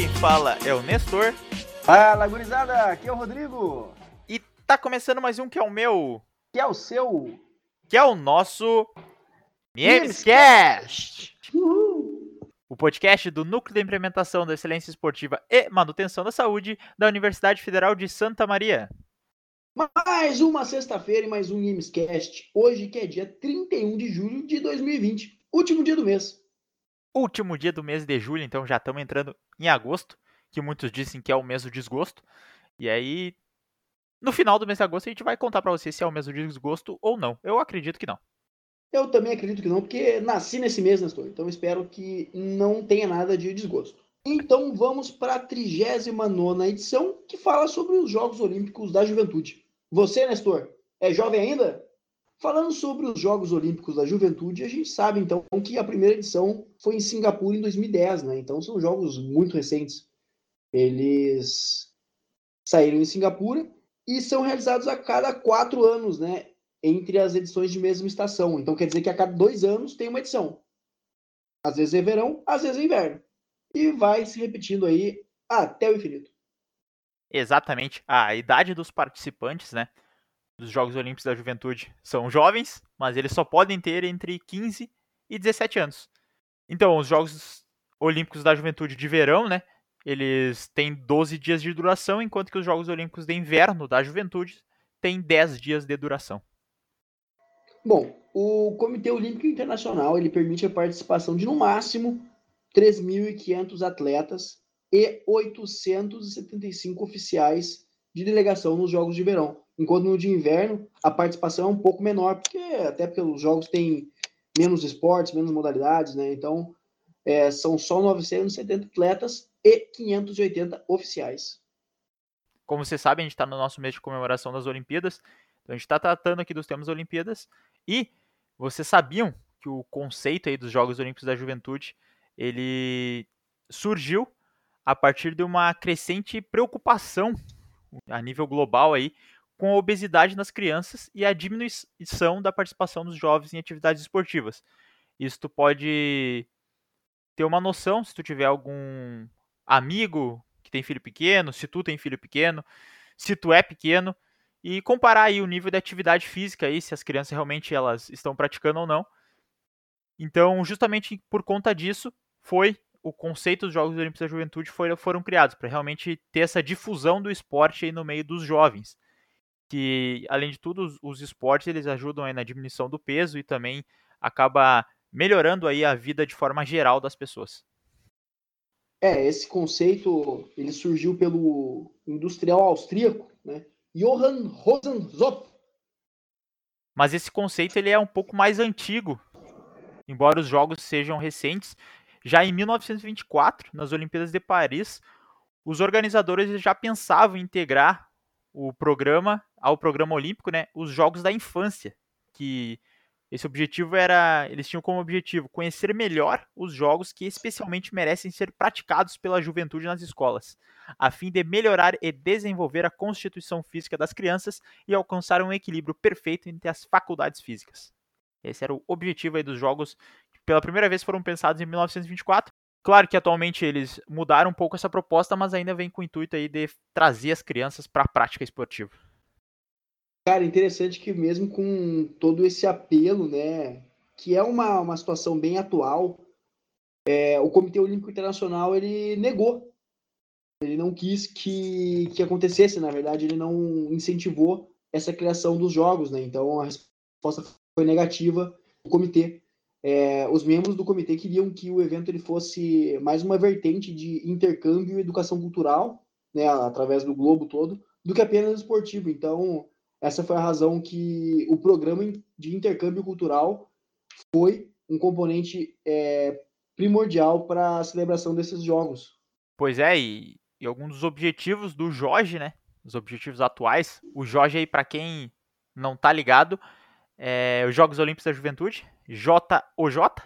quem fala é o Nestor. Fala, gurizada, aqui é o Rodrigo. E tá começando mais um que é o meu, Que é o seu que é o nosso Memescast, o podcast do Núcleo de Implementação da Excelência Esportiva e Manutenção da Saúde da Universidade Federal de Santa Maria. Mais uma sexta-feira e mais um Gamescast. Hoje que é dia 31 de julho de 2020, último dia do mês. Último dia do mês de julho, então já estamos entrando em agosto, que muitos dizem que é o mês do desgosto. E aí, no final do mês de agosto, a gente vai contar pra vocês se é o mês do desgosto ou não. Eu acredito que não. Eu também acredito que não, porque nasci nesse mês, Nestor. Então espero que não tenha nada de desgosto. Então vamos para a 39ª edição, que fala sobre os Jogos Olímpicos da Juventude. Você, Nestor, é jovem ainda? Falando sobre os Jogos Olímpicos da Juventude, a gente sabe então que a primeira edição foi em Singapura em 2010, né? Então são jogos muito recentes. Eles saíram em Singapura e são realizados a cada 4 anos, né? Entre as edições de mesma estação. Então quer dizer que a cada 2 anos tem uma edição. Às vezes é verão, às vezes é inverno. E vai se repetindo aí até o infinito. Exatamente. A idade dos participantes, né, dos Jogos Olímpicos da Juventude são jovens, mas eles só podem ter entre 15 e 17 anos. Então, os Jogos Olímpicos da Juventude de verão, né, eles têm 12 dias de duração, enquanto que os Jogos Olímpicos de inverno da Juventude têm 10 dias de duração. Bom, o Comitê Olímpico Internacional ele permite a participação de no máximo 3.500 atletas e 875 oficiais de delegação nos Jogos de Verão. Enquanto no de inverno a participação é um pouco menor, até porque os jogos têm menos esportes, menos modalidades, né? Então são só 970 atletas e 580 oficiais. Como você sabe, a gente está no nosso mês de comemoração das Olimpíadas, então a gente está tratando aqui dos temas Olimpíadas, e vocês sabiam que o conceito aí dos Jogos Olímpicos da Juventude, ele surgiu a partir de uma crescente preocupação a nível global aí com a obesidade nas crianças e a diminuição da participação dos jovens em atividades esportivas. Isso tu pode ter uma noção se tu tiver algum amigo que tem filho pequeno, se tu tem filho pequeno, se tu é pequeno, e comparar aí o nível de atividade física aí, se as crianças realmente elas estão praticando ou não. Então, justamente por conta disso, foi o conceito dos Jogos Olímpicos da Juventude foram criados, para realmente ter essa difusão do esporte aí no meio dos jovens. Que, além de tudo, os esportes eles ajudam aí na diminuição do peso e também acaba melhorando aí a vida de forma geral das pessoas. Esse conceito ele surgiu pelo industrial austríaco, né? Johann Rosenzoff. Mas esse conceito ele é um pouco mais antigo, embora os jogos sejam recentes. Já em 1924, nas Olimpíadas de Paris, os organizadores já pensavam em integrar ao programa olímpico, né, os jogos da infância, que esse objetivo eles tinham como objetivo conhecer melhor os jogos que especialmente merecem ser praticados pela juventude nas escolas, a fim de melhorar e desenvolver a constituição física das crianças e alcançar um equilíbrio perfeito entre as faculdades físicas. Esse era o objetivo aí dos jogos, que pela primeira vez foram pensados em 1924. Claro que atualmente eles mudaram um pouco essa proposta, mas ainda vem com o intuito aí de trazer as crianças para a prática esportiva. Cara, interessante que mesmo com todo esse apelo, né, que é uma situação bem atual, o Comitê Olímpico Internacional ele negou, ele não quis que acontecesse, na verdade, ele não incentivou essa criação dos jogos, né? Então a resposta foi negativa do comitê. Os membros do comitê queriam que o evento ele fosse mais uma vertente de intercâmbio e educação cultural, né, através do globo todo, do que apenas esportivo. Então, essa foi a razão que o programa de intercâmbio cultural foi um componente primordial para a celebração desses jogos. Pois é, e alguns dos objetivos do Jorge, né? Os objetivos atuais. O Jorge aí, para quem não tá ligado, é os Jogos Olímpicos da Juventude, JOJ,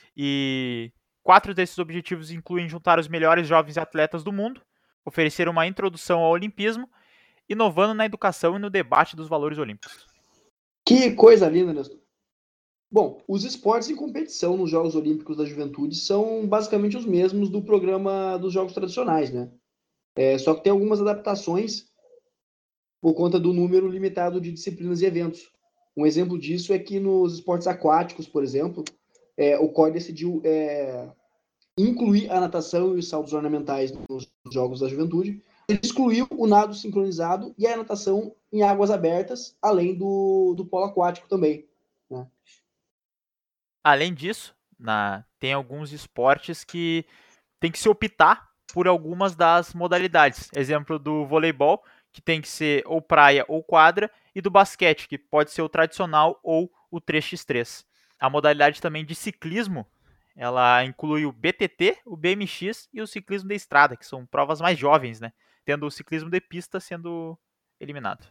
e 4 desses objetivos incluem juntar os melhores jovens atletas do mundo, oferecer uma introdução ao olimpismo, inovando na educação e no debate dos valores olímpicos. Que coisa linda, Nestor. Bom, os esportes em competição nos Jogos Olímpicos da Juventude são basicamente os mesmos do programa dos Jogos tradicionais, né? Só que tem algumas adaptações por conta do número limitado de disciplinas e eventos. Um exemplo disso é que nos esportes aquáticos, por exemplo, o COI decidiu incluir a natação e os saltos ornamentais nos Jogos da Juventude, excluiu o nado sincronizado e a natação em águas abertas, além do polo aquático também. Né? Além disso, tem alguns esportes que tem que se optar por algumas das modalidades. Exemplo do voleibol, que tem que ser ou praia ou quadra, e do basquete, que pode ser o tradicional ou o 3x3. A modalidade também de ciclismo, ela inclui o BTT, o BMX e o ciclismo de estrada, que são provas mais jovens, né? Tendo o ciclismo de pista sendo eliminado.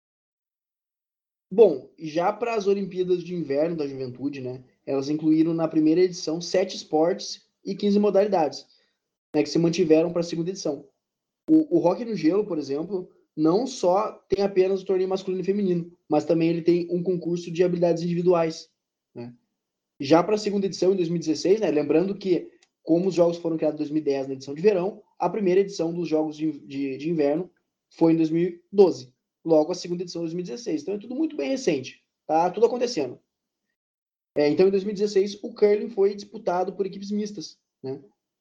Bom, já para as Olimpíadas de Inverno da Juventude, né, elas incluíram na primeira edição 7 esportes e 15 modalidades, né, que se mantiveram para a segunda edição. O hóquei no gelo, por exemplo, não só tem apenas o torneio masculino e feminino, mas também ele tem um concurso de habilidades individuais. Né? Já para a segunda edição, em 2016, né, lembrando que, como os jogos foram criados em 2010 na edição de verão, a primeira edição dos Jogos de Inverno foi em 2012. Logo, a segunda edição em 2016. Então é tudo muito bem recente. Tá tudo acontecendo. Então, em 2016, o curling foi disputado por equipes mistas. Né?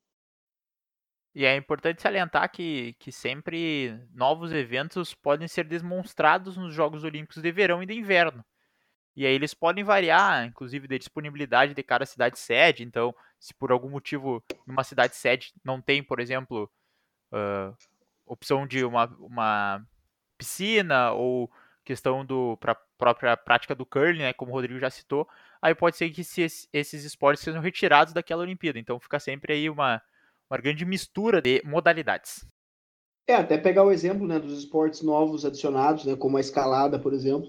E é importante salientar que sempre novos eventos podem ser demonstrados nos Jogos Olímpicos de Verão e de Inverno. E aí eles podem variar, inclusive, de disponibilidade de cada cidade sede. Então, se por algum motivo numa cidade sede não tem, por exemplo, opção de uma piscina ou questão para a própria prática do curling, né, como o Rodrigo já citou, aí pode ser que esses esportes sejam retirados daquela Olimpíada. Então fica sempre aí uma grande mistura de modalidades. Até pegar o exemplo, né, dos esportes novos adicionados, né, como a escalada, por exemplo,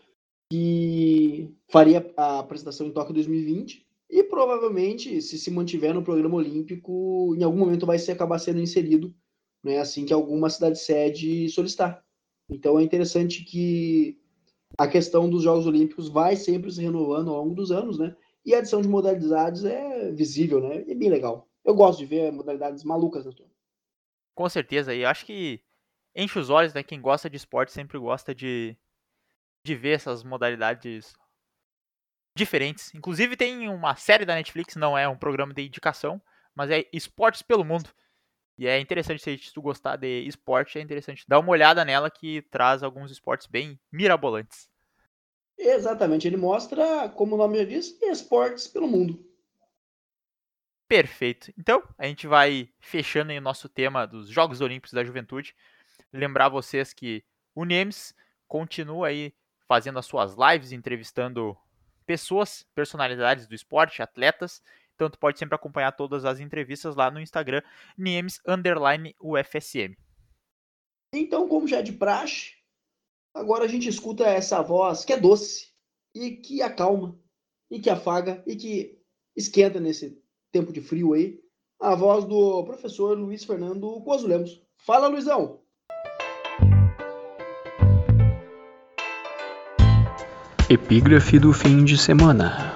que faria a apresentação em Tóquio 2020 e provavelmente, se mantiver no programa olímpico, em algum momento vai acabar sendo inserido, né, assim que alguma cidade sede solicitar. Então é interessante que a questão dos Jogos Olímpicos vai sempre se renovando ao longo dos anos, né? E a adição de modalidades é visível, né? E é bem legal. Eu gosto de ver modalidades malucas na turma. Com certeza, e eu acho que enche os olhos, né? Quem gosta de esporte sempre gosta de ver essas modalidades diferentes. Inclusive tem uma série da Netflix, não é um programa de indicação, mas é Esportes pelo Mundo. E é interessante, se tu gostar de esporte, é interessante dar uma olhada nela que traz alguns esportes bem mirabolantes. Exatamente, ele mostra, como o nome já diz, esportes pelo mundo. Perfeito. Então, a gente vai fechando aí o nosso tema dos Jogos Olímpicos da Juventude. Lembrar vocês que o NEMS continua aí fazendo as suas lives, entrevistando pessoas, personalidades do esporte, atletas. Então tu pode sempre acompanhar todas as entrevistas lá no Instagram, NIEMS_UFSM. Então, como já é de praxe, agora a gente escuta essa voz que é doce e que acalma e que afaga e que esquenta nesse tempo de frio aí. A voz do professor Luiz Fernando Coso Lemos. Fala, Luizão! Epígrafe do fim de semana.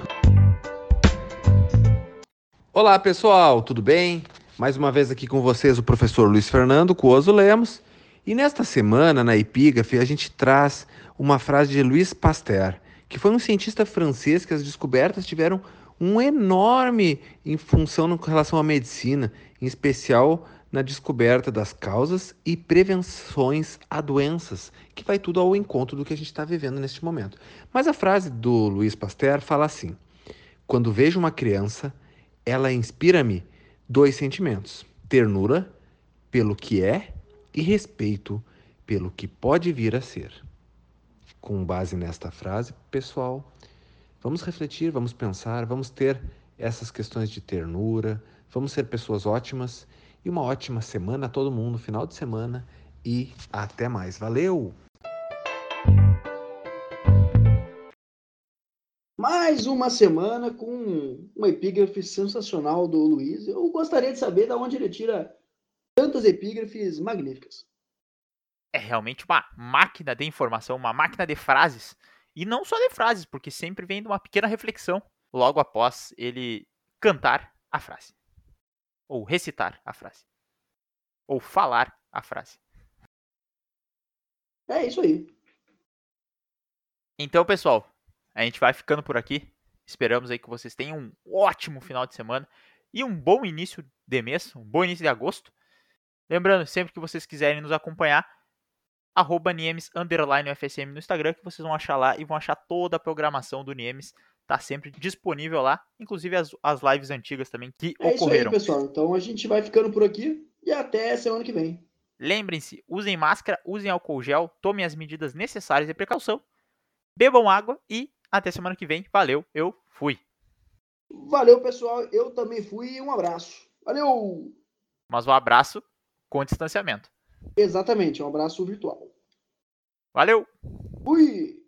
Olá pessoal, tudo bem? Mais uma vez aqui com vocês o professor Luiz Fernando Cuozo Lemos. E nesta semana, na Epígrafe, a gente traz uma frase de Louis Pasteur, que foi um cientista francês que as descobertas tiveram um enorme em função com relação à medicina, em especial na descoberta das causas e prevenções a doenças, que vai tudo ao encontro do que a gente está vivendo neste momento. Mas a frase do Louis Pasteur fala assim: quando vejo uma criança, ela inspira-me dois sentimentos: ternura pelo que é e respeito pelo que pode vir a ser. Com base nesta frase, pessoal, vamos refletir, vamos pensar, vamos ter essas questões de ternura, vamos ser pessoas ótimas e uma ótima semana a todo mundo, final de semana e até mais. Valeu! Mais uma semana com uma epígrafe sensacional do Luiz. Eu gostaria de saber de onde ele tira tantas epígrafes magníficas. É realmente uma máquina de informação, uma máquina de frases. E não só ler frases, porque sempre vem de uma pequena reflexão logo após ele cantar a frase. Ou recitar a frase. Ou falar a frase. É isso aí. Então, pessoal, a gente vai ficando por aqui. Esperamos aí que vocês tenham um ótimo final de semana e um bom início de mês, um bom início de agosto. Lembrando, sempre que vocês quiserem nos acompanhar, @Niemes_UFSM no Instagram, que vocês vão achar lá e vão achar toda a programação do Niemes. Tá sempre disponível lá, inclusive as lives antigas também que É isso aí, ocorreram. pessoal. Então a gente vai ficando por aqui e até semana que vem. Lembrem-se, usem máscara, usem álcool gel, tomem as medidas necessárias de precaução, bebam água e até semana que vem. Valeu, eu fui. Valeu, pessoal. Eu também fui e um abraço. Valeu! Mas um abraço com distanciamento. Exatamente, um abraço virtual. Valeu! Fui!